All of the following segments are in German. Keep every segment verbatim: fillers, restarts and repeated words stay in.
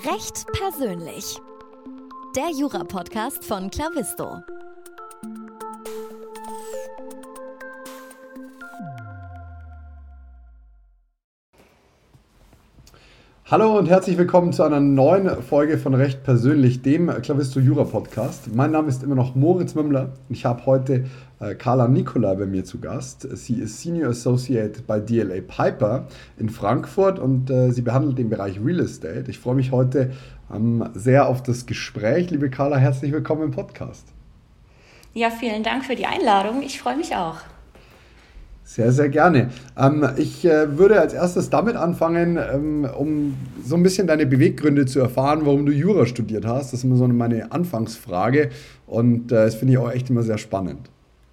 Recht persönlich. Der Jura-Podcast von Clavisto. Hallo und herzlich willkommen zu einer neuen Folge von Recht persönlich, dem Clavisto Jura Podcast. Mein Name ist immer noch Moritz Mümmler und ich habe heute äh, Carla Nicolai bei mir zu Gast. Sie ist Senior Associate bei D L A Piper in Frankfurt und äh, sie behandelt den Bereich Real Estate. Ich freue mich heute ähm, sehr auf das Gespräch. Liebe Carla, herzlich willkommen im Podcast. Ja, vielen Dank für die Einladung. Ich freue mich auch. Sehr, sehr gerne. Ähm, ich äh, würde als erstes damit anfangen, ähm, um so ein bisschen deine Beweggründe zu erfahren, warum du Jura studiert hast. Das ist immer so meine Anfangsfrage und äh, das finde ich auch echt immer sehr spannend.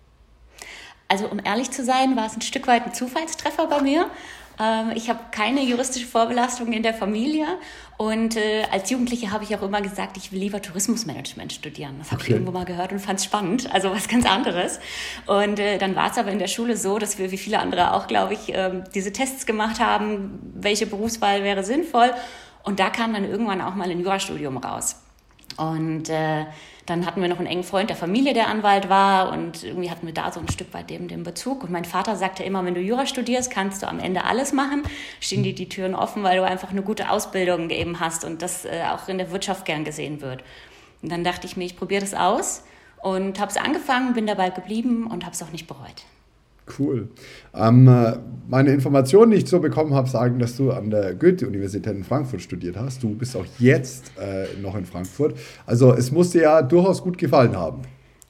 Also um ehrlich zu sein, war es ein Stück weit ein Zufallstreffer bei mir. Ähm, ich habe keine juristische Vorbelastung in der Familie und äh, als Jugendliche habe ich auch immer gesagt, ich will lieber Tourismusmanagement studieren. Das habe okay. ich irgendwo mal gehört und fand es spannend, also was ganz anderes. Und äh, dann war es aber in der Schule so, dass wir, wie viele andere auch, glaube ich, äh, diese Tests gemacht haben, welche Berufswahl wäre sinnvoll. Und da kam dann irgendwann auch mal ein Jurastudium raus. Und äh, dann hatten wir noch einen engen Freund der Familie, der Anwalt war und irgendwie hatten wir da so ein Stück weit eben den Bezug. Und mein Vater sagte immer, wenn du Jura studierst, kannst du am Ende alles machen. Stehen dir die Türen offen, weil du einfach eine gute Ausbildung eben hast und das äh, auch in der Wirtschaft gern gesehen wird. Und dann dachte ich mir, ich probiere das aus und habe es angefangen, bin dabei geblieben und habe es auch nicht bereut. Cool. Ähm, meine Informationen, die ich so bekommen habe, sagen, dass du an der Goethe-Universität in Frankfurt studiert hast. Du bist auch jetzt äh, noch in Frankfurt. Also es muss dir ja durchaus gut gefallen haben.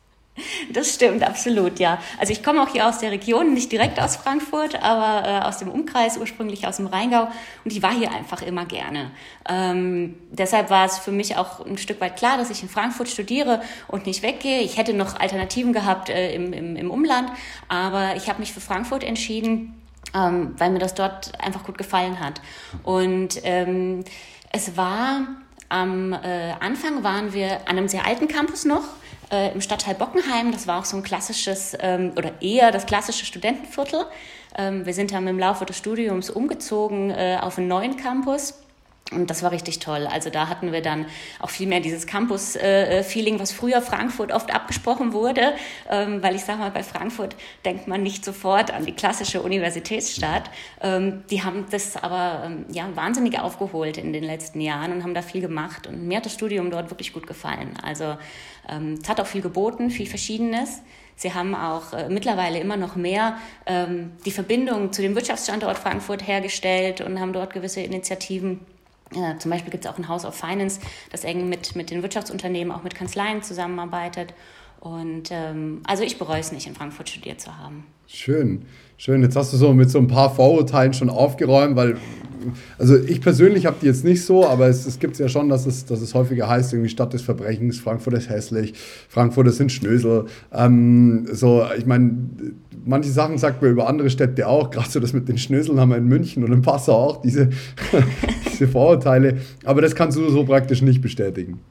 Das stimmt, absolut, ja. Also ich komme auch hier aus der Region, nicht direkt aus Frankfurt, aber äh, aus dem Umkreis, ursprünglich aus dem Rheingau. Und ich war hier einfach immer gerne. Ähm, deshalb war es für mich auch ein Stück weit klar, dass ich in Frankfurt studiere und nicht weggehe. Ich hätte noch Alternativen gehabt äh, im, im, im Umland, aber ich habe mich für Frankfurt entschieden, ähm, weil mir das dort einfach gut gefallen hat. Und ähm, es war, am äh, Anfang waren wir an einem sehr alten Campus noch, Äh, im Stadtteil Bockenheim. Das war auch so ein klassisches ähm, oder eher das klassische Studentenviertel. Ähm, wir sind dann im Laufe des Studiums umgezogen äh, auf einen neuen Campus. Und das war richtig toll. Also da hatten wir dann auch viel mehr dieses Campus-Feeling, was früher Frankfurt oft abgesprochen wurde. Ähm, weil ich sage mal, bei Frankfurt denkt man nicht sofort an die klassische Universitätsstadt. Ähm, die haben das aber ähm, ja, wahnsinnig aufgeholt in den letzten Jahren und haben da viel gemacht. Und mir hat das Studium dort wirklich gut gefallen. Also ähm, es hat auch viel geboten, viel Verschiedenes. Sie haben auch äh, mittlerweile immer noch mehr ähm, die Verbindung zu dem Wirtschaftsstandort Frankfurt hergestellt und haben dort gewisse Initiativen. Ja, zum Beispiel gibt es auch ein House of Finance, das eng mit, mit den Wirtschaftsunternehmen, auch mit Kanzleien zusammenarbeitet. Und ähm, also ich bereue es nicht, in Frankfurt studiert zu haben. Schön, schön. Jetzt hast du so mit so ein paar Vorurteilen schon aufgeräumt, weil, also ich persönlich habe die jetzt nicht so, aber es, es gibt es ja schon, dass es, dass es häufiger heißt, irgendwie Stadt des Verbrechens, Frankfurt ist hässlich, Frankfurt ist ein Schnösel. Ähm, so, ich meine, manche Sachen sagt man über andere Städte auch, gerade so das mit den Schnöseln haben wir in München und in Passau auch, diese, diese Vorurteile. Aber das kannst du so praktisch nicht bestätigen.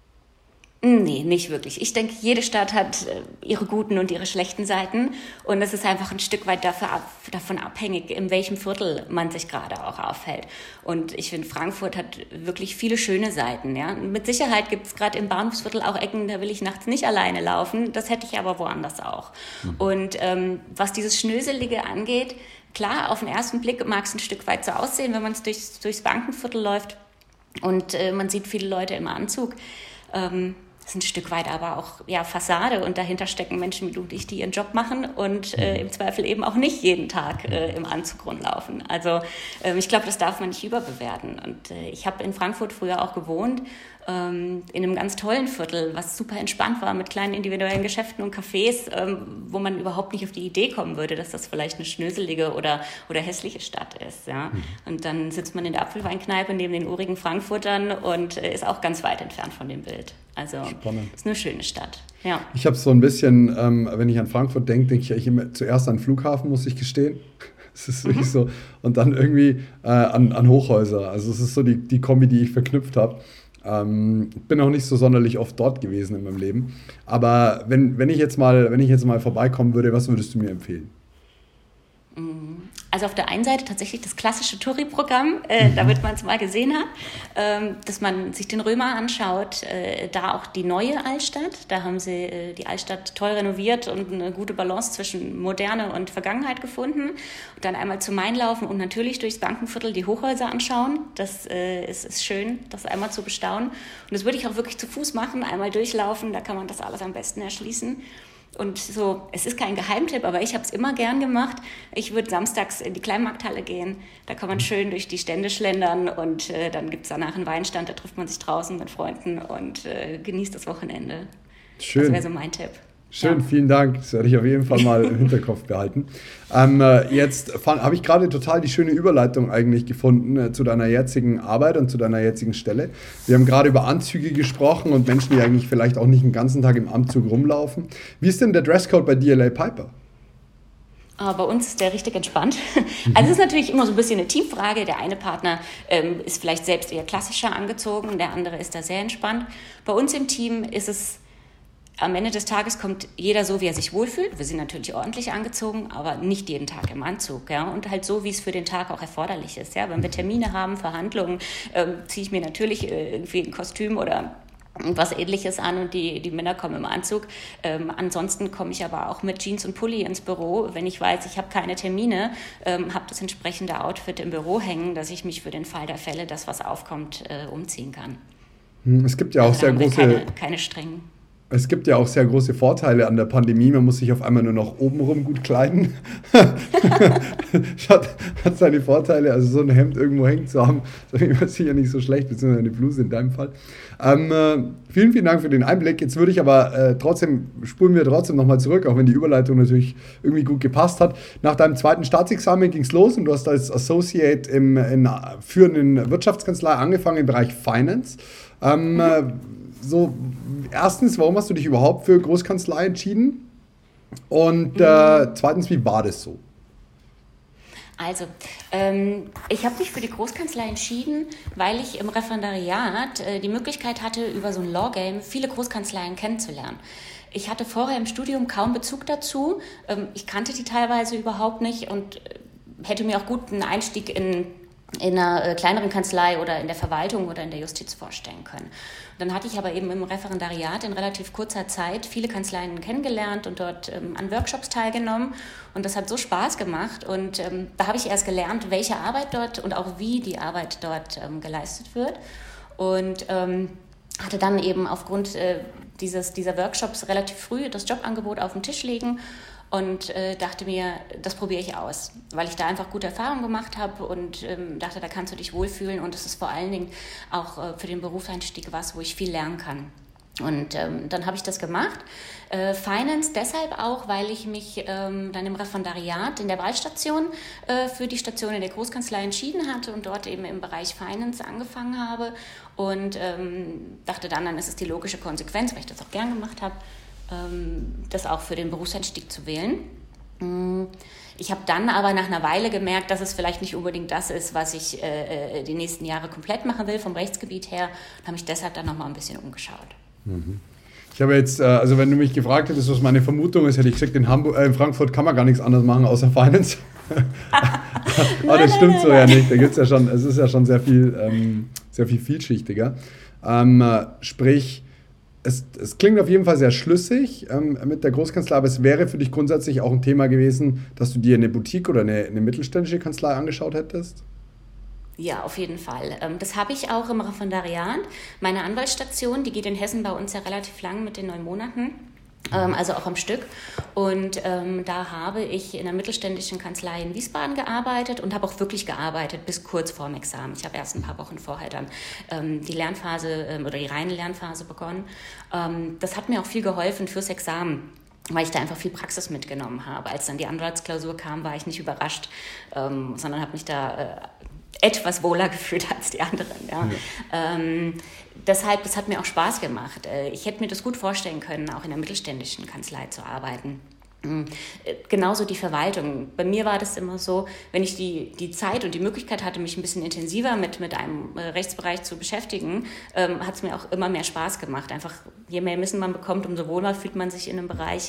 Nee, nicht wirklich. Ich denke, jede Stadt hat ihre guten und ihre schlechten Seiten und es ist einfach ein Stück weit dafür ab, davon abhängig, in welchem Viertel man sich gerade auch aufhält. Und ich finde, Frankfurt hat wirklich viele schöne Seiten. Ja? Mit Sicherheit gibt es gerade im Bahnhofsviertel auch Ecken, da will ich nachts nicht alleine laufen. Das hätte ich aber woanders auch. Mhm. Und ähm, was dieses Schnöselige angeht, klar, auf den ersten Blick mag es ein Stück weit so aussehen, wenn man es durchs, durchs Bankenviertel läuft und äh, man sieht viele Leute im Anzug. Ähm, Das ist ein Stück weit aber auch ja, Fassade und dahinter stecken Menschen wie du und ich, die ihren Job machen und äh, im Zweifel eben auch nicht jeden Tag äh, im Anzug rumlaufen. Also äh, ich glaube, das darf man nicht überbewerten. Und äh, ich habe in Frankfurt früher auch gewohnt, ähm, in einem ganz tollen Viertel, was super entspannt war mit kleinen individuellen Geschäften und Cafés, ähm, wo man überhaupt nicht auf die Idee kommen würde, dass das vielleicht eine schnöselige oder, oder hässliche Stadt ist. Ja? Mhm. Und dann sitzt man in der Apfelweinkneipe neben den urigen Frankfurtern und äh, ist auch ganz weit entfernt von dem Bild. Also spannend. Ist eine schöne Stadt. Ja. Ich habe so ein bisschen, ähm, wenn ich an Frankfurt denke, denke ich eigentlich immer zuerst an den Flughafen, muss ich gestehen. Es ist wirklich mhm. so. Und dann irgendwie äh, an, an Hochhäuser. Also es ist so die, die Kombi, die ich verknüpft habe. Ähm, bin auch nicht so sonderlich oft dort gewesen in meinem Leben. Aber wenn, wenn ich jetzt mal, wenn ich jetzt mal vorbeikommen würde, was würdest du mir empfehlen? Also auf der einen Seite tatsächlich das klassische Touri-Programm, äh, mhm. damit man es mal gesehen hat, ähm, dass man sich den Römer anschaut, äh, da auch die neue Altstadt, da haben sie äh, die Altstadt toll renoviert und eine gute Balance zwischen Moderne und Vergangenheit gefunden. Und dann einmal zum Main laufen und natürlich durchs Bankenviertel die Hochhäuser anschauen. Das äh, ist, ist schön, das einmal zu bestaunen. Und das würde ich auch wirklich zu Fuß machen, einmal durchlaufen, da kann man das alles am besten erschließen. Und so, es ist kein Geheimtipp, aber ich habe es immer gern gemacht. Ich würde samstags in die Kleinmarkthalle gehen, da kann man schön durch die Stände schlendern und äh, dann gibt es danach einen Weinstand, da trifft man sich draußen mit Freunden und äh, genießt das Wochenende. Schön. Das wäre so mein Tipp. Schön, ja. Vielen Dank. Das werde ich auf jeden Fall mal im Hinterkopf behalten. Ähm, äh, jetzt habe ich gerade total die schöne Überleitung eigentlich gefunden äh, zu deiner jetzigen Arbeit und zu deiner jetzigen Stelle. Wir haben gerade über Anzüge gesprochen und Menschen, die eigentlich vielleicht auch nicht den ganzen Tag im Anzug rumlaufen. Wie ist denn der Dresscode bei D L A Piper? Aber bei uns ist der richtig entspannt. Also es ist natürlich immer so ein bisschen eine Teamfrage. Der eine Partner ähm, ist vielleicht selbst eher klassischer angezogen, der andere ist da sehr entspannt. Bei uns im Team ist es am Ende des Tages kommt jeder so, wie er sich wohlfühlt. Wir sind natürlich ordentlich angezogen, aber nicht jeden Tag im Anzug. Ja? Und halt so, wie es für den Tag auch erforderlich ist. Ja? Wenn wir Termine haben, Verhandlungen, ähm, ziehe ich mir natürlich äh, irgendwie ein Kostüm oder was Ähnliches an und die, die Männer kommen im Anzug. Ähm, ansonsten komme ich aber auch mit Jeans und Pulli ins Büro, wenn ich weiß, ich habe keine Termine, ähm, habe das entsprechende Outfit im Büro hängen, dass ich mich für den Fall der Fälle, dass was aufkommt, äh, umziehen kann. Es gibt ja auch also sehr große... Keine, keine strengen... Es gibt ja auch sehr große Vorteile an der Pandemie. Man muss sich auf einmal nur noch obenrum gut kleiden. hat, hat seine Vorteile. Also so ein Hemd irgendwo hängen zu haben, ist auf jeden Fall sicher nicht so schlecht, beziehungsweise eine Bluse in deinem Fall. Ähm, äh, vielen, vielen Dank für den Einblick. Jetzt würde ich aber äh, trotzdem, spulen wir trotzdem nochmal zurück, auch wenn die Überleitung natürlich irgendwie gut gepasst hat. Nach deinem zweiten Staatsexamen ging es los und du hast als Associate im, in einer führenden Wirtschaftskanzlei angefangen im Bereich Finance. Ähm, mhm. äh, So, erstens, warum hast du dich überhaupt für Großkanzlei entschieden? Und äh, zweitens, wie war das so? Also, ähm, ich habe mich für die Großkanzlei entschieden, weil ich im Referendariat äh, die Möglichkeit hatte, über so ein Law Game viele Großkanzleien kennenzulernen. Ich hatte vorher im Studium kaum Bezug dazu. Ähm, ich kannte die teilweise überhaupt nicht und hätte mir auch gut einen Einstieg in in einer äh, kleineren Kanzlei oder in der Verwaltung oder in der Justiz vorstellen können. Und dann hatte ich aber eben im Referendariat in relativ kurzer Zeit viele Kanzleien kennengelernt und dort ähm, an Workshops teilgenommen und das hat so Spaß gemacht und ähm, da habe ich erst gelernt, welche Arbeit dort und auch wie die Arbeit dort ähm, geleistet wird und ähm, hatte dann eben aufgrund äh, dieses, dieser Workshops relativ früh das Jobangebot auf den Tisch legen und äh, dachte mir, das probiere ich aus, weil ich da einfach gute Erfahrungen gemacht habe und ähm, dachte, da kannst du dich wohlfühlen und es ist vor allen Dingen auch äh, für den Berufseinstieg was, wo ich viel lernen kann. Und ähm, dann habe ich das gemacht. Äh, Finance deshalb auch, weil ich mich ähm, dann im Referendariat in der Wahlstation äh, für die Station in der Großkanzlei entschieden hatte und dort eben im Bereich Finance angefangen habe und ähm, dachte dann, dann ist es die logische Konsequenz, weil ich das auch gern gemacht habe, das auch für den Berufseinstieg zu wählen. Ich habe dann aber nach einer Weile gemerkt, dass es vielleicht nicht unbedingt das ist, was ich äh, die nächsten Jahre komplett machen will, vom Rechtsgebiet her, und habe mich deshalb dann nochmal ein bisschen umgeschaut. Ich habe jetzt, also wenn du mich gefragt hättest, was meine Vermutung ist, hätte ich gesagt, in, Hamburg, äh, in Frankfurt kann man gar nichts anderes machen außer Finance. Aber das stimmt nein, so nein. ja nicht. Da gibt's ja schon, es ist ja schon sehr viel, ähm, sehr viel vielschichtiger. Ähm, sprich, Es, es klingt auf jeden Fall sehr schlüssig ähm, mit der Großkanzlei, aber es wäre für dich grundsätzlich auch ein Thema gewesen, dass du dir eine Boutique oder eine, eine mittelständische Kanzlei angeschaut hättest? Ja, auf jeden Fall. Das habe ich auch im Referendariat. Meine Anwaltsstation, die geht in Hessen bei uns ja relativ lang mit den neun Monaten. Also auch am Stück. Und ähm, da habe ich in einer mittelständischen Kanzlei in Wiesbaden gearbeitet und habe auch wirklich gearbeitet bis kurz vorm Examen. Ich habe erst ein paar Wochen vorher dann ähm, die Lernphase ähm, oder die reine Lernphase begonnen. Ähm, das hat mir auch viel geholfen fürs Examen, weil ich da einfach viel Praxis mitgenommen habe. Als dann die Anwaltsklausur kam, war ich nicht überrascht, ähm, sondern habe mich da äh, etwas wohler gefühlt als die anderen. Ja. Ja. Ähm, deshalb, das hat mir auch Spaß gemacht. Ich hätte mir das gut vorstellen können, auch in der mittelständischen Kanzlei zu arbeiten. Genauso die Verwaltung. Bei mir war das immer so, wenn ich die, die Zeit und die Möglichkeit hatte, mich ein bisschen intensiver mit, mit einem Rechtsbereich zu beschäftigen, ähm, hat es mir auch immer mehr Spaß gemacht. Einfach, je mehr Wissen man bekommt, umso wohler fühlt man sich in einem Bereich.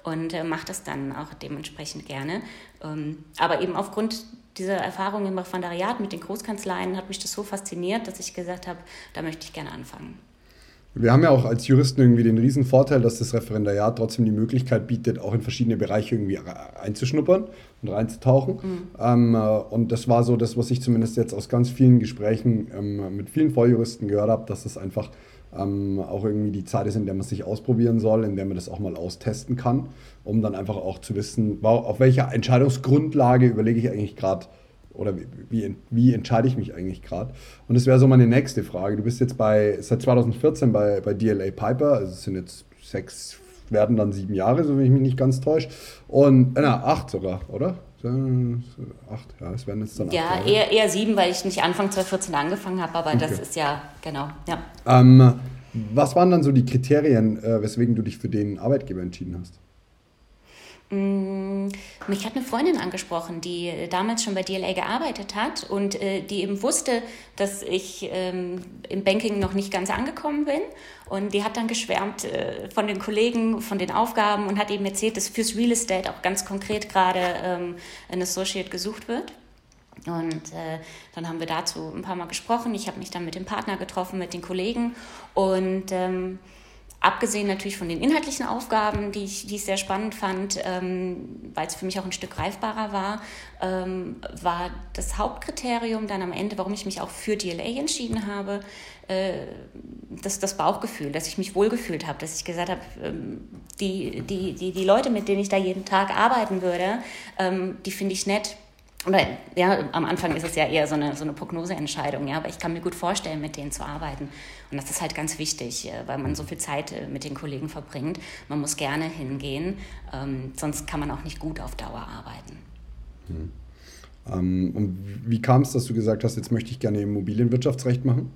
und äh, mache das dann auch dementsprechend gerne. Ähm, aber eben aufgrund dieser Erfahrung im Referendariat mit den Großkanzleien hat mich das so fasziniert, dass ich gesagt habe, da möchte ich gerne anfangen. Wir haben ja auch als Juristen irgendwie den riesen Vorteil, dass das Referendariat trotzdem die Möglichkeit bietet, auch in verschiedene Bereiche irgendwie einzuschnuppern und reinzutauchen. Mhm. Ähm, und das war so das, was ich zumindest jetzt aus ganz vielen Gesprächen ähm, mit vielen Volljuristen gehört habe, dass es einfach ähm, auch irgendwie die Zeit ist, in der man sich ausprobieren soll, in der man das auch mal austesten kann, um dann einfach auch zu wissen, auf welcher Entscheidungsgrundlage überlege ich eigentlich gerade, oder wie, wie, wie entscheide ich mich eigentlich gerade? Und das wäre so meine nächste Frage. Du bist jetzt bei seit zwanzig vierzehn bei, bei D L A Piper, also es sind jetzt sechs, werden dann sieben Jahre, so wenn ich mich nicht ganz täusche. Und, äh, na, acht sogar, oder? Acht, ja, es werden jetzt dann acht Ja, Jahre. eher, eher sieben, weil ich nicht Anfang zwanzig vierzehn angefangen habe, aber okay. Das ist ja, genau, ja. Ähm, was waren dann so die Kriterien, äh, weswegen du dich für den Arbeitgeber entschieden hast? Mich hat eine Freundin angesprochen, die damals schon bei D L A gearbeitet hat und äh, die eben wusste, dass ich ähm, im Banking noch nicht ganz angekommen bin. Und die hat dann geschwärmt äh, von den Kollegen, von den Aufgaben und hat eben erzählt, dass fürs Real Estate auch ganz konkret gerade ähm, ein Associate gesucht wird. Und äh, dann haben wir dazu ein paar Mal gesprochen. Ich habe mich dann mit dem Partner getroffen, mit den Kollegen und ähm, abgesehen natürlich von den inhaltlichen Aufgaben, die ich, die ich sehr spannend fand, ähm, weil es für mich auch ein Stück greifbarer war, ähm, war das Hauptkriterium dann am Ende, warum ich mich auch für D L A entschieden habe, äh, das, das Bauchgefühl, dass ich mich wohlgefühlt habe, dass ich gesagt habe, ähm, die, die, die, die Leute, mit denen ich da jeden Tag arbeiten würde, ähm, die finde ich nett. Oder, ja, am Anfang ist es ja eher so eine, so eine Prognoseentscheidung, ja, aber ich kann mir gut vorstellen, mit denen zu arbeiten. Und das ist halt ganz wichtig, weil man so viel Zeit mit den Kollegen verbringt. Man muss gerne hingehen, ähm, sonst kann man auch nicht gut auf Dauer arbeiten. Hm. Ähm, und wie kam es, dass du gesagt hast, jetzt möchte ich gerne Immobilienwirtschaftsrecht machen?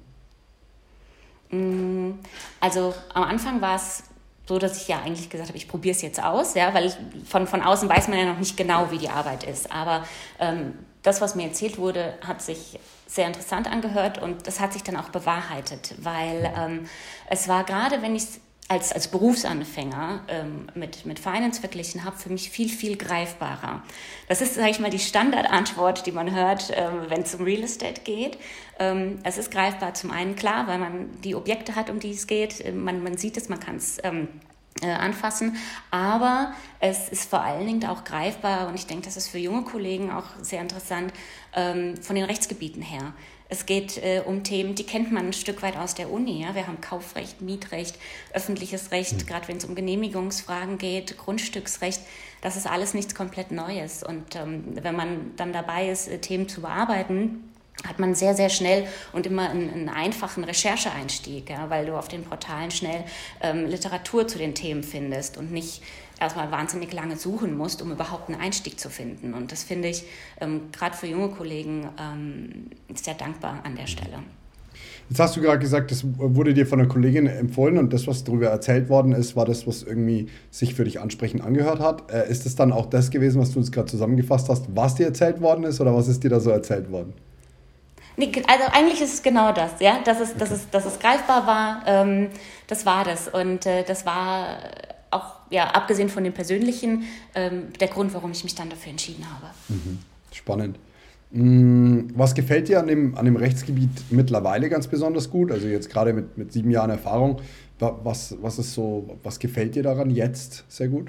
Also am Anfang war es so, dass ich ja eigentlich gesagt habe, ich probiere es jetzt aus, ja, weil ich, von, von außen weiß man ja noch nicht genau, wie die Arbeit ist. Aber ähm, das, was mir erzählt wurde, hat sich sehr interessant angehört und das hat sich dann auch bewahrheitet, weil ähm, es war gerade, wenn ich es als, als Berufsanfänger ähm, mit, mit Finance verglichen habe, für mich viel, viel greifbarer. Das ist, sage ich mal, die Standardantwort, die man hört, ähm, wenn es um Real Estate geht. Ähm, es ist greifbar zum einen, klar, weil man die Objekte hat, um die es geht. Man, man sieht es, man kann es ähm, äh, anfassen. Aber es ist vor allen Dingen auch greifbar und ich denke, das ist für junge Kollegen auch sehr interessant, ähm, von den Rechtsgebieten her. Es geht äh, um Themen, die kennt man ein Stück weit aus der Uni. Ja? Wir haben Kaufrecht, Mietrecht, öffentliches Recht, mhm. gerade wenn es um Genehmigungsfragen geht, Grundstücksrecht. Das ist alles nichts komplett Neues. Und ähm, wenn man dann dabei ist, äh, Themen zu bearbeiten, hat man sehr, sehr schnell und immer einen, einen einfachen Rechercheeinstieg, ja? Weil du auf den Portalen schnell ähm, Literatur zu den Themen findest und nicht erstmal wahnsinnig lange suchen musst, um überhaupt einen Einstieg zu finden. Und das finde ich ähm, gerade für junge Kollegen ähm, sehr dankbar an der Stelle. Jetzt hast du gerade gesagt, das wurde dir von einer Kollegin empfohlen und das, was darüber erzählt worden ist, war das, was irgendwie sich für dich ansprechend angehört hat. Äh, ist das dann auch das gewesen, was du uns gerade zusammengefasst hast, was dir erzählt worden ist oder was ist dir da so erzählt worden? Nee, also eigentlich ist es genau das, ja, dass es, dass es, dass es greifbar war, ähm, das war das und äh, das war auch, ja, abgesehen von dem Persönlichen, ähm, der Grund, warum ich mich dann dafür entschieden habe. Mhm. Spannend. Mhm. Was gefällt dir an dem, an dem Rechtsgebiet mittlerweile ganz besonders gut? Also jetzt gerade mit, mit sieben Jahren Erfahrung, was, was ist so, was gefällt dir daran jetzt sehr gut?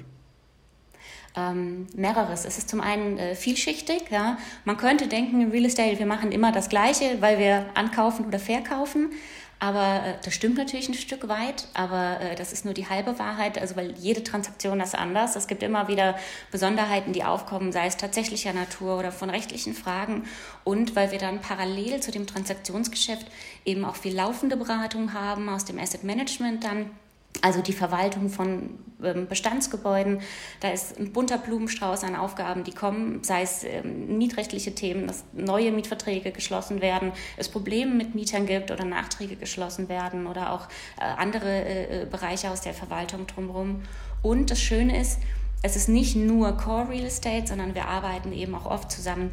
Ähm, mehreres. Es ist zum einen äh, vielschichtig. Ja. Man könnte denken, im Real Estate, wir machen immer das Gleiche, weil wir ankaufen oder verkaufen. Aber äh, das stimmt natürlich ein Stück weit, aber äh, das ist nur die halbe Wahrheit, also weil jede Transaktion ist anders. Es gibt immer wieder Besonderheiten, die aufkommen, sei es tatsächlicher Natur oder von rechtlichen Fragen. Und weil wir dann parallel zu dem Transaktionsgeschäft eben auch viel laufende Beratung haben aus dem Asset Management dann. Also die Verwaltung von ähm, Bestandsgebäuden, da ist ein bunter Blumenstrauß an Aufgaben, die kommen, sei es ähm, mietrechtliche Themen, dass neue Mietverträge geschlossen werden, es Probleme mit Mietern gibt oder Nachträge geschlossen werden oder auch äh, andere äh, Bereiche aus der Verwaltung drumherum. Und das Schöne ist, es ist nicht nur Core Real Estate, sondern wir arbeiten eben auch oft zusammen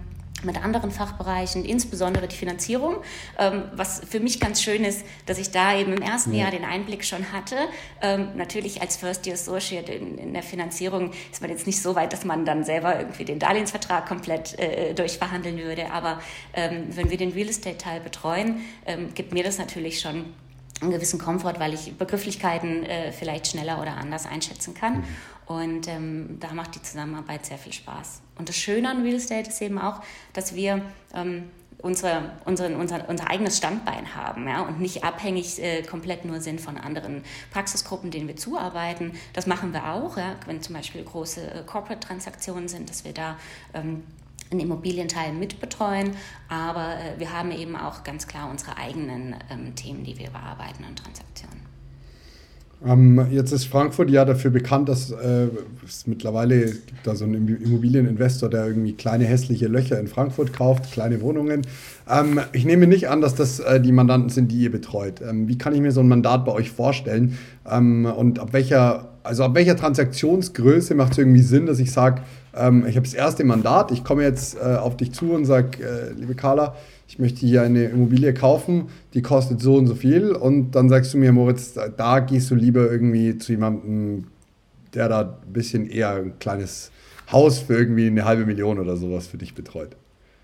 mit anderen Fachbereichen, insbesondere die Finanzierung, ähm, was für mich ganz schön ist, dass ich da eben im ersten ja. Jahr den Einblick schon hatte. Ähm, natürlich als First Year Associate in, in der Finanzierung ist man jetzt nicht so weit, dass man dann selber irgendwie den Darlehensvertrag komplett äh, durchverhandeln würde, aber ähm, wenn wir den Real Estate Teil betreuen, ähm, gibt mir das natürlich schon einen gewissen Komfort, weil ich Begrifflichkeiten äh, vielleicht schneller oder anders einschätzen kann. Mhm. Und ähm, da macht die Zusammenarbeit sehr viel Spaß. Und das Schöne an Real Estate ist eben auch, dass wir ähm, unsere, unseren, unser, unser eigenes Standbein haben, ja, und nicht abhängig äh, komplett nur sind von anderen Praxisgruppen, denen wir zuarbeiten. Das machen wir auch, ja, wenn zum Beispiel große äh, Corporate-Transaktionen sind, dass wir da ähm, einen Immobilienteil mitbetreuen, aber äh, wir haben eben auch ganz klar unsere eigenen ähm, Themen, die wir bearbeiten und Transaktionen. Ähm, jetzt ist Frankfurt ja dafür bekannt, dass äh, es mittlerweile gibt da so einen Immobilieninvestor, der irgendwie kleine hässliche Löcher in Frankfurt kauft, kleine Wohnungen. Ähm, ich nehme nicht an, dass das äh, die Mandanten sind, die ihr betreut. Ähm, wie kann ich mir so ein Mandat bei euch vorstellen? Ähm, und ab welcher, also ab welcher Transaktionsgröße macht es irgendwie Sinn, dass ich sage, ähm, ich habe das erste Mandat, ich komme jetzt äh, auf dich zu und sage, äh, liebe Carla, ich möchte hier eine Immobilie kaufen, die kostet so und so viel, und dann sagst du mir, Moritz, da gehst du lieber irgendwie zu jemandem, der da ein bisschen eher ein kleines Haus für irgendwie eine halbe Million oder sowas für dich betreut.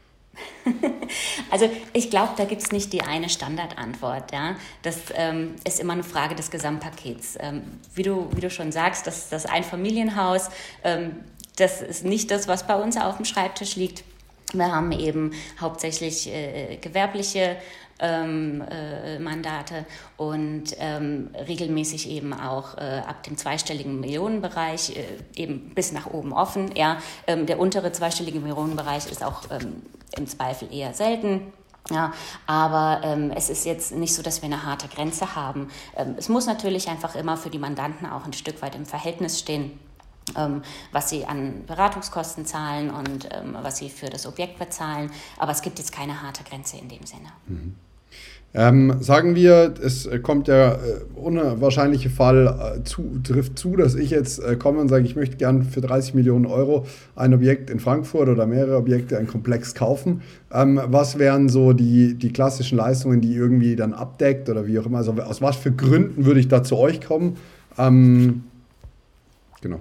Also ich glaube, da gibt es nicht die eine Standardantwort. Ja? Das ähm, ist immer eine Frage des Gesamtpakets. Ähm, wie du, wie du schon sagst, das, das Einfamilienhaus, ähm, das ist nicht das, was bei uns auf dem Schreibtisch liegt. Wir haben eben hauptsächlich äh, gewerbliche ähm, äh, Mandate und ähm, regelmäßig eben auch äh, ab dem zweistelligen Millionenbereich äh, eben bis nach oben offen. Ja. Ähm, der untere zweistellige Millionenbereich ist auch ähm, im Zweifel eher selten. Ja, aber ähm, es ist jetzt nicht so, dass wir eine harte Grenze haben. Ähm, es muss natürlich einfach immer für die Mandanten auch ein Stück weit im Verhältnis stehen, Ähm, was sie an Beratungskosten zahlen und ähm, was sie für das Objekt bezahlen. Aber es gibt jetzt keine harte Grenze in dem Sinne. Mhm. Ähm, sagen wir, es kommt der äh, unwahrscheinliche Fall äh, zu, trifft zu, dass ich jetzt äh, komme und sage, ich möchte gern für dreißig Millionen Euro ein Objekt in Frankfurt oder mehrere Objekte, ein Komplex kaufen. Ähm, was wären so die, die klassischen Leistungen, die irgendwie dann abdeckt oder wie auch immer? Also aus was für Gründen würde ich da zu euch kommen? Ähm, genau.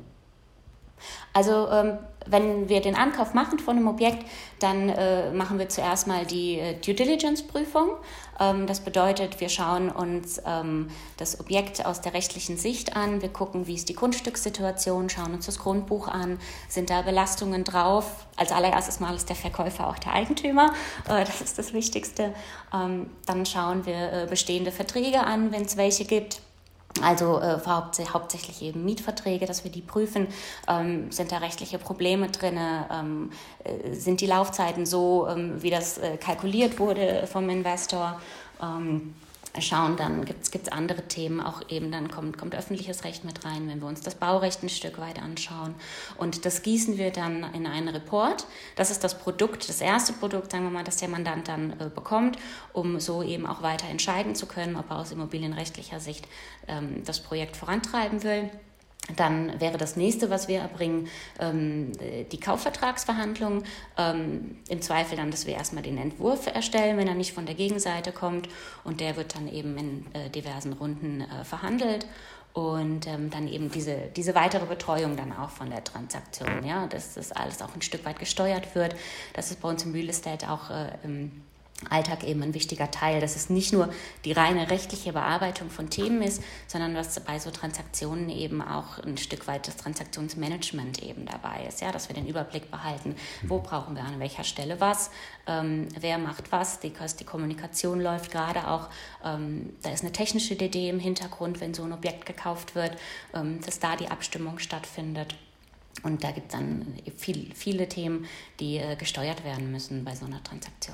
Also ähm, wenn wir den Ankauf machen von einem Objekt, dann äh, machen wir zuerst mal die äh, Due Diligence-Prüfung. Ähm, das bedeutet, wir schauen uns ähm, das Objekt aus der rechtlichen Sicht an. Wir gucken, wie ist die Grundstückssituation, schauen uns das Grundbuch an, sind da Belastungen drauf. Als allererstes Mal ist der Verkäufer auch der Eigentümer, äh, das ist das Wichtigste. Ähm, dann schauen wir äh, bestehende Verträge an, wenn es welche gibt. Also äh, hauptsächlich eben Mietverträge, dass wir die prüfen. Ähm, sind da rechtliche Probleme drin? Ähm, äh, sind die Laufzeiten so, ähm, wie das äh, kalkuliert wurde vom Investor? Ähm, schauen, dann gibt es andere Themen, auch eben dann kommt, kommt öffentliches Recht mit rein, wenn wir uns das Baurecht ein Stück weit anschauen. Und das gießen wir dann in einen Report. Das ist das Produkt, das erste Produkt, sagen wir mal, das der Mandant dann äh, bekommt, um so eben auch weiter entscheiden zu können, ob er aus immobilienrechtlicher Sicht ähm, das Projekt vorantreiben will. Dann wäre das nächste, was wir erbringen, ähm, die Kaufvertragsverhandlung. Ähm, im Zweifel dann, dass wir erstmal den Entwurf erstellen, wenn er nicht von der Gegenseite kommt. Und der wird dann eben in äh, diversen Runden äh, verhandelt. Und ähm, dann eben diese, diese weitere Betreuung dann auch von der Transaktion. Ja? Dass das alles auch ein Stück weit gesteuert wird. Das ist bei uns im Real Estate auch äh, im Alltag eben ein wichtiger Teil, dass es nicht nur die reine rechtliche Bearbeitung von Themen ist, sondern dass bei so Transaktionen eben auch ein Stück weit das Transaktionsmanagement eben dabei ist, ja, dass wir den Überblick behalten, wo brauchen wir an welcher Stelle was, ähm, wer macht was, die, die Kommunikation läuft gerade auch, ähm, da ist eine technische D D im Hintergrund, wenn so ein Objekt gekauft wird, ähm, dass da die Abstimmung stattfindet. Und da gibt es dann viel, viele Themen, die äh, gesteuert werden müssen bei so einer Transaktion.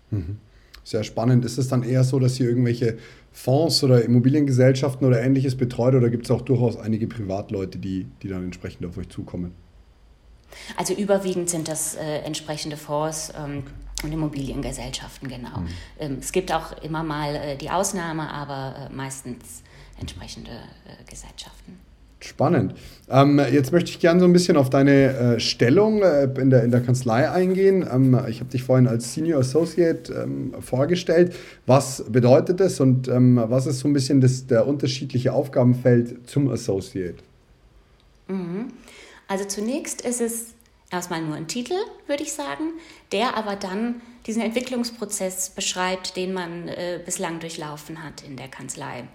Sehr spannend. Ist es dann eher so, dass ihr irgendwelche Fonds oder Immobiliengesellschaften oder Ähnliches betreut, oder gibt es auch durchaus einige Privatleute, die, die dann entsprechend auf euch zukommen? Also überwiegend sind das äh, entsprechende Fonds ähm, okay. und Immobiliengesellschaften, genau. Mhm. Ähm, es gibt auch immer mal äh, die Ausnahme, aber äh, meistens entsprechende äh, Gesellschaften. Spannend. Ähm, jetzt möchte ich gerne so ein bisschen auf deine äh, Stellung äh, in, der, in der Kanzlei eingehen. Ähm, ich habe dich vorhin als Senior Associate ähm, vorgestellt. Was bedeutet das und ähm, was ist so ein bisschen das, der unterschiedliche Aufgabenfeld zum Associate? Mhm. Also zunächst ist es erstmal nur ein Titel, würde ich sagen, der aber dann diesen Entwicklungsprozess beschreibt, den man äh, bislang durchlaufen hat in der Kanzlei.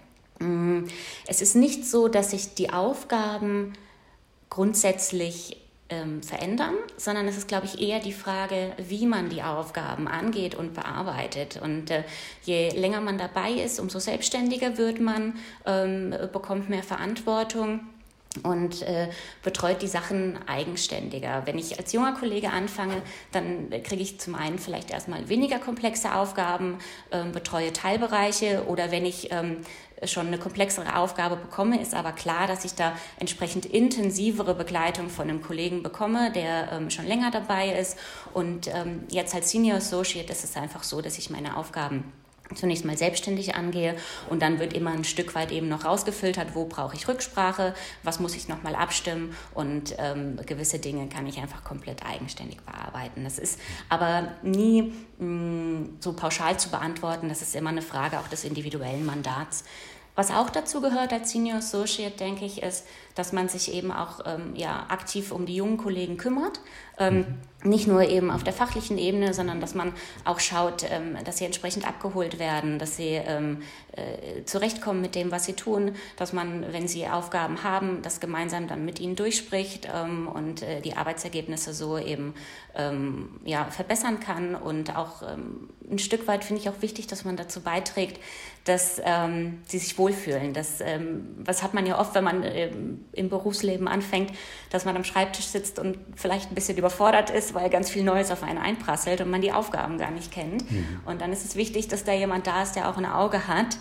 Es ist nicht so, dass sich die Aufgaben grundsätzlich ähm, verändern, sondern es ist, glaube ich, eher die Frage, wie man die Aufgaben angeht und bearbeitet. Und äh, je länger man dabei ist, umso selbstständiger wird man, ähm, bekommt mehr Verantwortung und äh, betreut die Sachen eigenständiger. Wenn ich als junger Kollege anfange, dann kriege ich zum einen vielleicht erstmal weniger komplexe Aufgaben, äh, betreue Teilbereiche, oder wenn ich ähm, schon eine komplexere Aufgabe bekomme, ist aber klar, dass ich da entsprechend intensivere Begleitung von einem Kollegen bekomme, der ähm, schon länger dabei ist. Und ähm, jetzt als Senior Associate ist es einfach so, dass ich meine Aufgaben zunächst mal selbstständig angehe und dann wird immer ein Stück weit eben noch rausgefiltert, wo brauche ich Rücksprache, was muss ich nochmal abstimmen, und ähm, gewisse Dinge kann ich einfach komplett eigenständig bearbeiten. Das ist aber nie mh, so pauschal zu beantworten, das ist immer eine Frage auch des individuellen Mandats. Was auch dazu gehört als Senior Associate, denke ich, ist, dass man sich eben auch ähm, ja, aktiv um die jungen Kollegen kümmert. Ähm, nicht nur eben auf der fachlichen Ebene, sondern dass man auch schaut, ähm, dass sie entsprechend abgeholt werden, dass sie ähm, äh, zurechtkommen mit dem, was sie tun, dass man, wenn sie Aufgaben haben, das gemeinsam dann mit ihnen durchspricht ähm, und äh, die Arbeitsergebnisse so eben ähm, ja, verbessern kann. Und auch ähm, ein Stück weit finde ich auch wichtig, dass man dazu beiträgt, dass ähm, sie sich wohlfühlen. Das, ähm, was hat man ja oft, wenn man ähm, im Berufsleben anfängt, dass man am Schreibtisch sitzt und vielleicht ein bisschen überfordert ist, weil ganz viel Neues auf einen einprasselt und man die Aufgaben gar nicht kennt. Mhm. Und dann ist es wichtig, dass da jemand da ist, der auch ein Auge hat,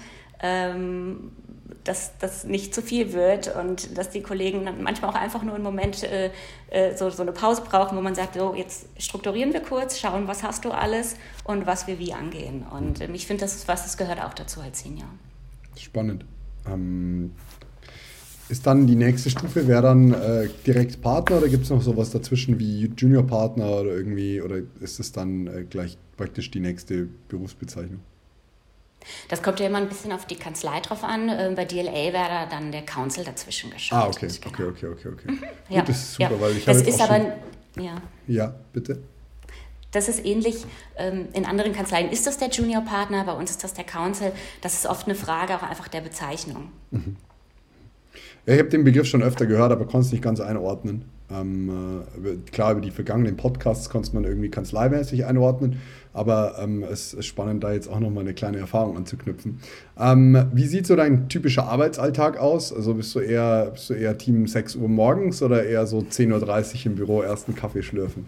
ähm, dass das nicht zu viel wird und dass die Kollegen dann manchmal auch einfach nur einen Moment äh, äh, so, so eine Pause brauchen, wo man sagt, so jetzt strukturieren wir kurz, schauen, was hast du alles und was wir wie angehen. Und ähm, ich finde, das ist was, das gehört auch dazu als Senior. Spannend. Ähm, ist dann die nächste Stufe, wäre dann äh, direkt Partner oder gibt es noch sowas dazwischen wie Junior-Partner oder irgendwie, oder ist es dann äh, gleich praktisch die nächste Berufsbezeichnung? Das kommt ja immer ein bisschen auf die Kanzlei drauf an. Ähm, bei D L A wäre da dann der Counsel dazwischen geschaltet. Ah, okay, genau. okay, okay, okay, okay. Mhm. Gut, ja. das ist super, ja. weil ich das habe ist auch aber, schon... ja. Ja, bitte. Das ist ähnlich, ähm, in anderen Kanzleien ist das der Junior-Partner, bei uns ist das der Counsel. Das ist oft eine Frage auch einfach der Bezeichnung. Mhm. Ja, ich habe den Begriff schon öfter gehört, aber konnte es nicht ganz einordnen. Ähm, äh, klar, über die vergangenen Podcasts konnte man irgendwie kanzleimäßig einordnen, aber ähm, es ist spannend, da jetzt auch nochmal eine kleine Erfahrung anzuknüpfen. Ähm, wie sieht so dein typischer Arbeitsalltag aus? Also bist du eher, bist du eher Team sechs Uhr morgens oder eher so zehn Uhr dreißig im Büro ersten Kaffee schlürfen?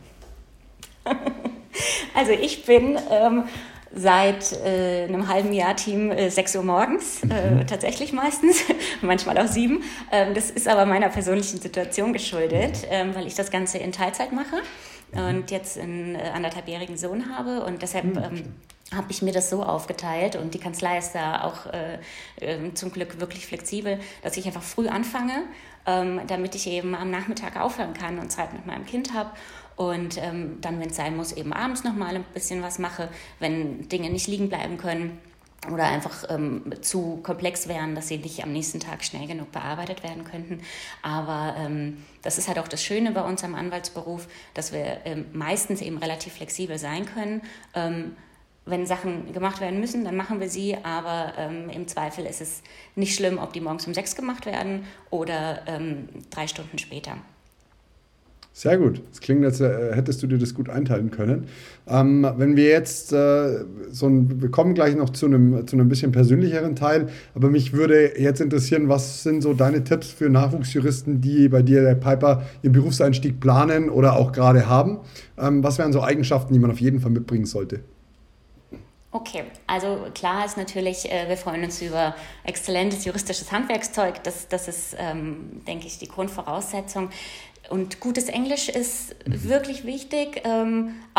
Also ich bin ähm, seit äh, einem halben Jahr Team äh, sechs Uhr morgens, äh, mhm. tatsächlich meistens, manchmal auch sieben. Ähm, das ist aber meiner persönlichen Situation geschuldet, ähm, weil ich das Ganze in Teilzeit mache und jetzt einen äh, anderthalbjährigen Sohn habe und deshalb mhm. ähm, habe ich mir das so aufgeteilt und die Kanzlei ist da auch äh, äh, zum Glück wirklich flexibel, dass ich einfach früh anfange, ähm, damit ich eben am Nachmittag aufhören kann und Zeit mit meinem Kind habe. Und ähm, dann, wenn es sein muss, eben abends nochmal ein bisschen was mache, wenn Dinge nicht liegen bleiben können oder einfach ähm, zu komplex wären, dass sie nicht am nächsten Tag schnell genug bearbeitet werden könnten. Aber ähm, das ist halt auch das Schöne bei uns am Anwaltsberuf, dass wir ähm, meistens eben relativ flexibel sein können. Ähm, wenn Sachen gemacht werden müssen, dann machen wir sie, aber ähm, im Zweifel ist es nicht schlimm, ob die morgens um sechs gemacht werden oder ähm, drei Stunden später. Sehr gut. Es klingt, als äh, hättest du dir das gut einteilen können. Ähm, wenn wir jetzt äh, so ein, wir kommen gleich noch zu einem, zu einem bisschen persönlicheren Teil, aber mich würde jetzt interessieren, was sind so deine Tipps für Nachwuchsjuristen, die bei dir, der Piper, ihren Berufseinstieg planen oder auch gerade haben? Ähm, was wären so Eigenschaften, die man auf jeden Fall mitbringen sollte? Okay, also klar ist natürlich, äh, wir freuen uns über exzellentes juristisches Handwerkszeug. Das, das ist, ähm, denke ich, die Grundvoraussetzung. Und gutes Englisch ist mhm. wirklich wichtig, ähm, auch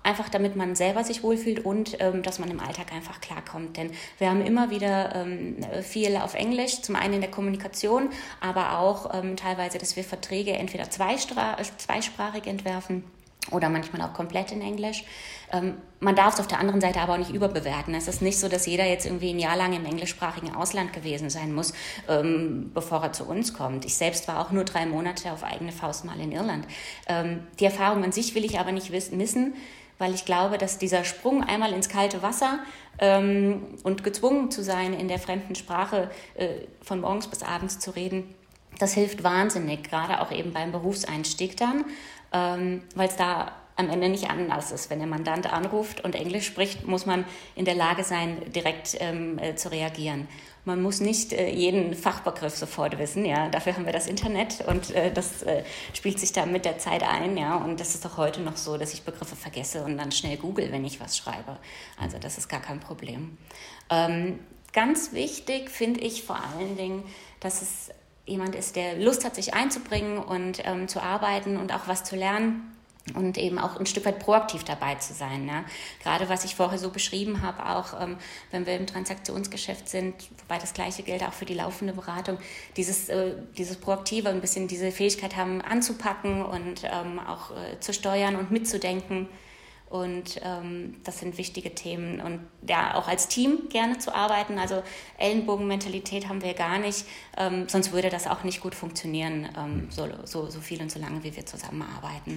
einfach damit man selber sich wohlfühlt und ähm, dass man im Alltag einfach klarkommt. Denn wir haben immer wieder ähm, viel auf Englisch, zum einen in der Kommunikation, aber auch ähm, teilweise, dass wir Verträge entweder zweistra- zweisprachig entwerfen oder manchmal auch komplett in Englisch. Ähm, man darf es auf der anderen Seite aber auch nicht überbewerten. Es ist nicht so, dass jeder jetzt irgendwie ein Jahr lang im englischsprachigen Ausland gewesen sein muss, ähm, bevor er zu uns kommt. Ich selbst war auch nur drei Monate auf eigene Faust mal in Irland. Ähm, die Erfahrung an sich will ich aber nicht wiss- missen, weil ich glaube, dass dieser Sprung einmal ins kalte Wasser ähm, und gezwungen zu sein, in der fremden Sprache äh, von morgens bis abends zu reden, das hilft wahnsinnig, gerade auch eben beim Berufseinstieg dann. Ähm, weil es da am Ende nicht anders ist. Wenn der Mandant anruft und Englisch spricht, muss man in der Lage sein, direkt ähm, äh, zu reagieren. Man muss nicht äh, jeden Fachbegriff sofort wissen, ja. Dafür haben wir das Internet und äh, das äh, spielt sich da mit der Zeit ein, ja. Und das ist doch heute noch so, dass ich Begriffe vergesse und dann schnell google, wenn ich was schreibe. Also das ist gar kein Problem. Ähm, ganz wichtig finde ich vor allen Dingen, dass es jemand ist, der Lust hat, sich einzubringen und ähm, zu arbeiten und auch was zu lernen und eben auch ein Stück weit proaktiv dabei zu sein. Ne? Gerade was ich vorher so beschrieben habe, auch ähm, wenn wir im Transaktionsgeschäft sind, wobei das Gleiche gilt auch für die laufende Beratung, dieses, äh, dieses Proaktive, ein bisschen diese Fähigkeit haben, anzupacken und ähm, auch äh, zu steuern und mitzudenken. Und ähm, das sind wichtige Themen. Und ja, auch als Team gerne zu arbeiten. Also Ellenbogenmentalität haben wir gar nicht. Ähm, sonst würde das auch nicht gut funktionieren, ähm, so, so, so viel und so lange, wie wir zusammenarbeiten.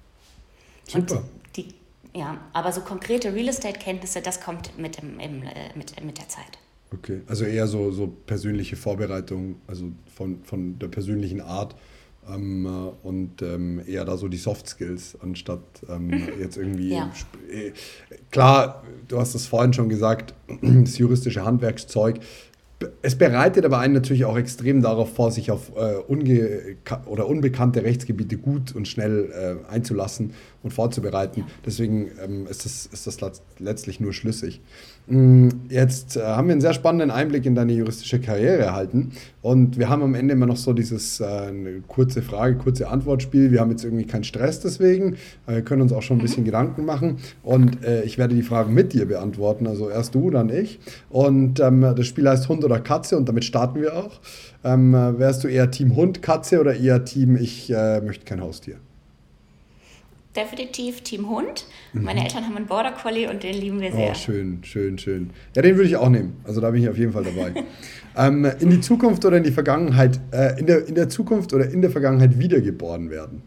Super. Und die, ja, aber so konkrete Real-Estate-Kenntnisse, das kommt mit, dem, im, äh, mit, mit der Zeit. Okay, also eher so, so persönliche Vorbereitung, also von, von der persönlichen Art. Ähm, und ähm, eher da so die Soft Skills, anstatt ähm, jetzt irgendwie... Ja. Äh, klar, du hast es vorhin schon gesagt, das juristische Handwerkszeug. Es bereitet aber einen natürlich auch extrem darauf vor, sich auf äh, unge- oder unbekannte Rechtsgebiete gut und schnell äh, einzulassen und vorzubereiten. Ja. Deswegen ähm, ist das, ist das letztlich nur schlüssig. Jetzt äh, haben wir einen sehr spannenden Einblick in deine juristische Karriere erhalten und wir haben am Ende immer noch so dieses äh, eine kurze Frage, kurze Antwortspiel. Wir haben jetzt irgendwie keinen Stress deswegen, äh, wir können uns auch schon ein bisschen mhm. Gedanken machen und äh, ich werde die Fragen mit dir beantworten, also erst du, dann ich und ähm, das Spiel heißt Hund oder Katze und damit starten wir auch. Ähm, wärst du eher Team Hund, Katze oder eher Team ich äh, möchte kein Haustier? Definitiv Team Hund. Mhm. Meine Eltern haben einen Border Collie und den lieben wir sehr. Oh, schön, schön, schön. Ja, den würde ich auch nehmen. Also da bin ich auf jeden Fall dabei. ähm, in die Zukunft oder in die Vergangenheit, äh, in, der, in der Zukunft oder in der Vergangenheit wiedergeboren werden?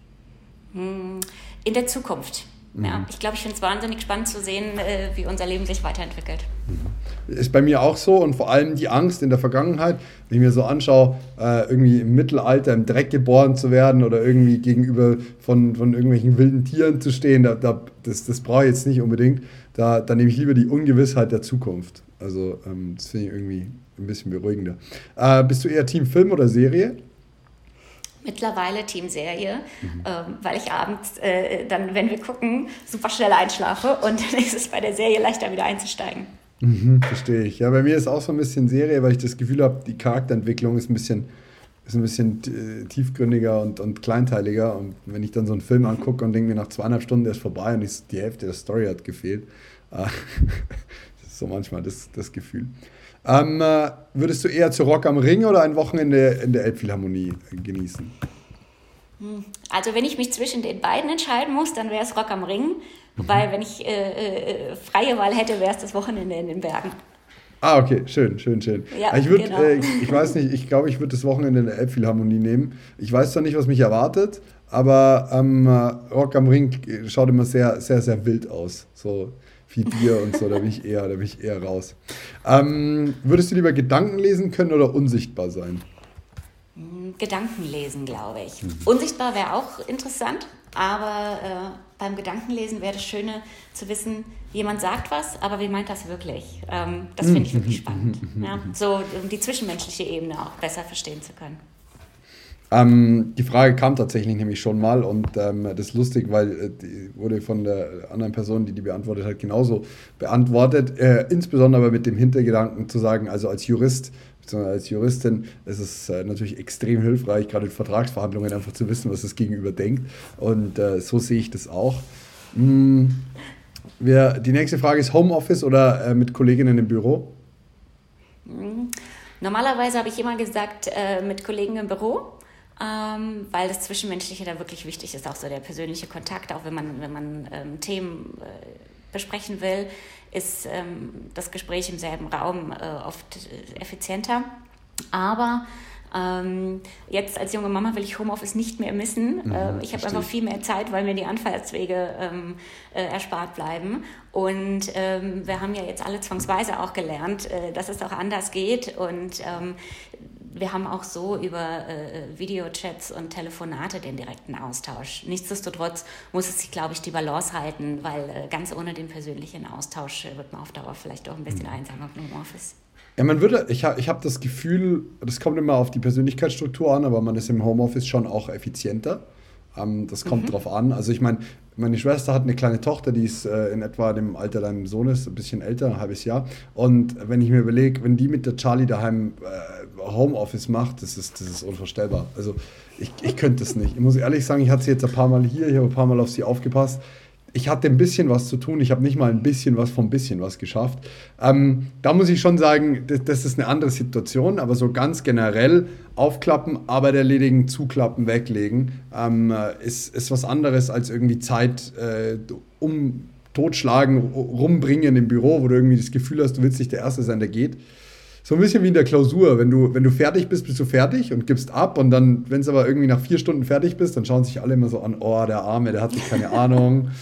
In der Zukunft. Mhm. Ja, ich glaube, ich finde es wahnsinnig spannend zu sehen, äh, wie unser Leben sich weiterentwickelt. Mhm. Ist bei mir auch so und vor allem die Angst in der Vergangenheit, wenn ich mir so anschaue, äh, irgendwie im Mittelalter im Dreck geboren zu werden oder irgendwie gegenüber von, von irgendwelchen wilden Tieren zu stehen, da, da, das, das brauche ich jetzt nicht unbedingt. Da, da nehme ich lieber die Ungewissheit der Zukunft. Also ähm, das finde ich irgendwie ein bisschen beruhigender. Äh, bist du eher Team Film oder Serie? Mittlerweile Teamserie, mhm. ähm, weil ich abends äh, dann, wenn wir gucken, super schnell einschlafe und dann ist es bei der Serie leichter wieder einzusteigen. Mhm, verstehe ich. Ja, bei mir ist auch so ein bisschen Serie, weil ich das Gefühl habe, die Charakterentwicklung ist ein bisschen, ist ein bisschen äh, tiefgründiger und, und kleinteiliger und wenn ich dann so einen Film angucke und denke mir nach zweieinhalb Stunden, der ist vorbei und ich, die Hälfte der Story hat gefehlt, äh, das ist so manchmal das, das Gefühl. Ähm, äh, würdest du eher zu Rock am Ring oder ein Wochenende in der Elbphilharmonie genießen? Also wenn ich mich zwischen den beiden entscheiden muss, dann wäre es Rock am Ring. Wobei, mhm. wenn ich äh, äh, freie Wahl hätte, wäre es das Wochenende in den Bergen. Ah, okay, schön, schön, schön. Ja, ich würde, genau. äh, ich weiß nicht, ich glaube, ich würde das Wochenende in der Elbphilharmonie nehmen. Ich weiß zwar nicht, was mich erwartet, aber ähm, Rock am Ring schaut immer sehr, sehr, sehr wild aus. So viel Bier und so, da bin ich eher, da bin ich eher raus. Ähm, würdest du lieber Gedanken lesen können oder unsichtbar sein? Gedanken lesen, glaube ich. Mhm. Unsichtbar wäre auch interessant, aber äh, beim Gedankenlesen wäre das Schöne zu wissen, jemand sagt was, aber wie meint das wirklich? Ähm, das finde ich wirklich spannend. Ja? So, um die zwischenmenschliche Ebene auch besser verstehen zu können. Ähm, die Frage kam tatsächlich nämlich schon mal und ähm, das ist lustig, weil äh, die wurde von der anderen Person, die die beantwortet hat, genauso beantwortet. Äh, insbesondere aber mit dem Hintergedanken zu sagen, also als Jurist, beziehungsweise als Juristin ist es äh, natürlich extrem hilfreich, gerade in Vertragsverhandlungen einfach zu wissen, was das Gegenüber denkt. Und äh, so sehe ich das auch. Mm, wir, die nächste Frage ist Homeoffice oder äh, mit Kolleginnen im Büro? Normalerweise habe ich immer gesagt, äh, mit Kollegen im Büro, ähm, weil das Zwischenmenschliche da wirklich wichtig ist, auch so der persönliche Kontakt, auch wenn man, wenn man ähm, Themen äh, besprechen will, ist ähm, das Gespräch im selben Raum äh, oft äh, effizienter. Aber ähm, jetzt als junge Mama will ich Homeoffice nicht mehr missen. Mhm, ähm, ich habe einfach viel mehr Zeit, weil mir die Anfahrtswege ähm, äh, erspart bleiben. Und ähm, wir haben ja jetzt alle zwangsweise auch gelernt, äh, dass es auch anders geht. Und ähm, wir haben auch so über äh, Videochats und Telefonate den direkten Austausch. Nichtsdestotrotz muss es sich, glaube ich, die Balance halten, weil äh, ganz ohne den persönlichen Austausch äh, wird man auf Dauer vielleicht auch ein bisschen mhm. einsam im Homeoffice. Ja, man würde, ich habe ich hab das Gefühl, das kommt immer auf die Persönlichkeitsstruktur an, aber man ist im Homeoffice schon auch effizienter. Ähm, das kommt mhm. drauf an. Also ich meine, meine Schwester hat eine kleine Tochter, die ist äh, in etwa dem Alter deines Sohnes, ein bisschen älter, ein halbes Jahr. Und wenn ich mir überlege, wenn die mit der Charlie daheim äh, Homeoffice macht, das ist, das ist unvorstellbar. Also ich, ich könnte das nicht. Ich muss ehrlich sagen, ich hatte sie jetzt ein paar Mal hier, ich habe ein paar Mal auf sie aufgepasst. Ich hatte ein bisschen was zu tun, ich habe nicht mal ein bisschen was vom bisschen was geschafft. Ähm, da muss ich schon sagen, das, das ist eine andere Situation, aber so ganz generell aufklappen, Arbeit erledigen, zuklappen, weglegen, ähm, ist, ist was anderes als irgendwie Zeit äh, um totschlagen, rumbringen im Büro, wo du irgendwie das Gefühl hast, du willst nicht der Erste sein, der geht. So ein bisschen wie in der Klausur, wenn du, wenn du fertig bist, bist du fertig und gibst ab und dann, wenn es aber irgendwie nach vier Stunden fertig bist, dann schauen sich alle immer so an, oh, der Arme, der hat sich keine Ahnung.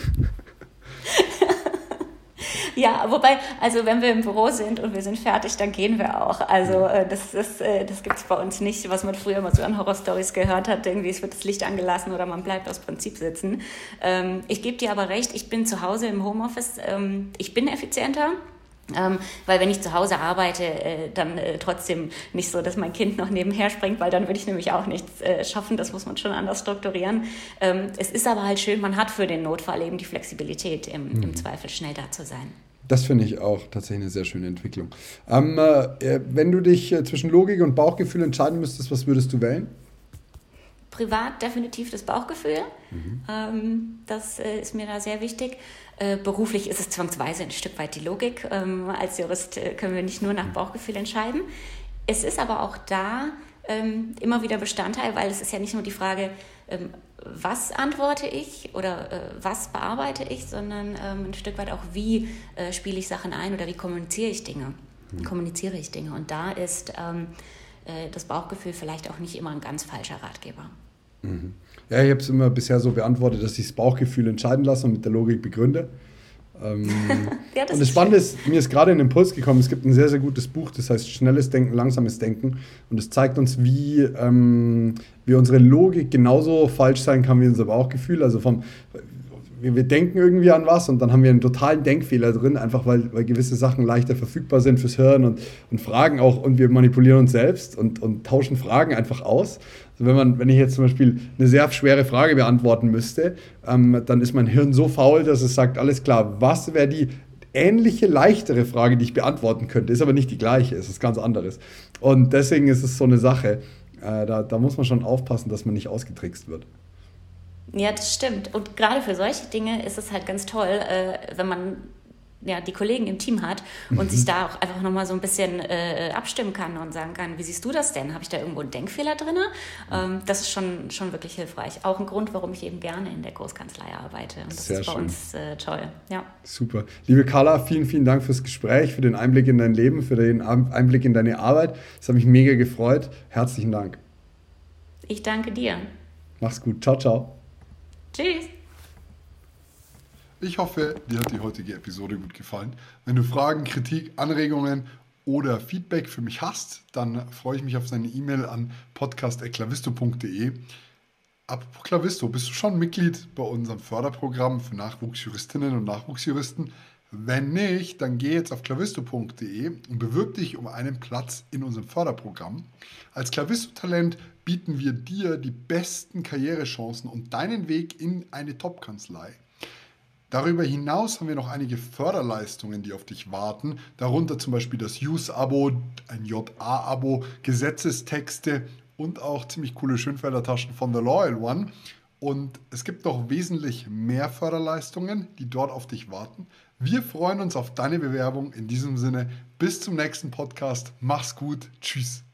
Ja, wobei, also wenn wir im Büro sind und wir sind fertig, dann gehen wir auch. Also äh, das, das, äh, das gibt es bei uns nicht, was man früher mal so an Horrorstories gehört hat, irgendwie es wird das Licht angelassen oder man bleibt aus Prinzip sitzen. Ähm, ich gebe dir aber recht, ich bin zu Hause im Homeoffice, ähm, ich bin effizienter. Ähm, weil wenn ich zu Hause arbeite, äh, dann äh, trotzdem nicht so, dass mein Kind noch nebenher springt, weil dann würde ich nämlich auch nichts äh, schaffen, das muss man schon anders strukturieren. Ähm, es ist aber halt schön, man hat für den Notfall eben die Flexibilität, im, mhm. im Zweifel schnell da zu sein. Das finde ich auch tatsächlich eine sehr schöne Entwicklung. Ähm, äh, wenn du dich äh, zwischen Logik und Bauchgefühl entscheiden müsstest, was würdest du wählen? Privat definitiv das Bauchgefühl. Mhm. Ähm, das äh, ist mir da sehr wichtig. Äh, beruflich ist es zwangsweise ein Stück weit die Logik. Ähm, als Jurist äh, können wir nicht nur nach Bauchgefühl entscheiden. Es ist aber auch da ähm, immer wieder Bestandteil, weil es ist ja nicht nur die Frage, ähm, was antworte ich oder äh, was bearbeite ich, sondern ähm, ein Stück weit auch, wie äh, spiele ich Sachen ein oder wie kommuniziere ich Dinge. Mhm. Kommuniziere ich Dinge. Und da ist ähm, äh, das Bauchgefühl vielleicht auch nicht immer ein ganz falscher Ratgeber. Mhm. Ja, ich habe es immer bisher so beantwortet, dass ich das Bauchgefühl entscheiden lasse und mit der Logik begründe. Ähm, ja, das und das Spannende ist, mir ist gerade ein Impuls gekommen, es gibt ein sehr, sehr gutes Buch, das heißt Schnelles Denken, Langsames Denken. Und es zeigt uns, wie, ähm, wie unsere Logik genauso falsch sein kann wie unser Bauchgefühl. Also vom, wir, wir denken irgendwie an was und dann haben wir einen totalen Denkfehler drin, einfach weil, weil gewisse Sachen leichter verfügbar sind fürs Hirn und, und Fragen auch. Und wir manipulieren uns selbst und, und tauschen Fragen einfach aus. Also wenn, man, wenn ich jetzt zum Beispiel eine sehr schwere Frage beantworten müsste, ähm, dann ist mein Hirn so faul, dass es sagt, alles klar, was wäre die ähnliche, leichtere Frage, die ich beantworten könnte, ist aber nicht die gleiche, es ist ganz anderes. Und deswegen ist es so eine Sache, äh, da, da muss man schon aufpassen, dass man nicht ausgetrickst wird. Ja, das stimmt. Und gerade für solche Dinge ist es halt ganz toll, äh, wenn man ja, die Kollegen im Team hat und mhm. sich da auch einfach nochmal so ein bisschen äh, abstimmen kann und sagen kann, wie siehst du das denn? Habe ich da irgendwo einen Denkfehler drin? Ähm, das ist schon, schon wirklich hilfreich. Auch ein Grund, warum ich eben gerne in der Großkanzlei arbeite. Und das Sehr ist bei schön. uns äh, toll. Ja. Super. Liebe Carla, vielen, vielen Dank fürs Gespräch, für den Einblick in dein Leben, für den Einblick in deine Arbeit. Das hat mich mega gefreut. Herzlichen Dank. Ich danke dir. Mach's gut. Ciao, ciao. Tschüss. Ich hoffe, dir hat die heutige Episode gut gefallen. Wenn du Fragen, Kritik, Anregungen oder Feedback für mich hast, dann freue ich mich auf deine E-Mail an podcast at clavisto punkt de. Apropos Clavisto, bist du schon Mitglied bei unserem Förderprogramm für Nachwuchsjuristinnen und Nachwuchsjuristen? Wenn nicht, dann geh jetzt auf clavisto punkt de und bewirb dich um einen Platz in unserem Förderprogramm. Als Clavisto-Talent bieten wir dir die besten Karrierechancen und deinen Weg in eine Top-Kanzlei. Darüber hinaus haben wir noch einige Förderleistungen, die auf dich warten, darunter zum Beispiel das Use-Abo, ein J A-Abo, Gesetzestexte und auch ziemlich coole Schönfelder Taschen von The Loyal One. Und es gibt noch wesentlich mehr Förderleistungen, die dort auf dich warten. Wir freuen uns auf deine Bewerbung. In diesem Sinne, bis zum nächsten Podcast. Mach's gut. Tschüss.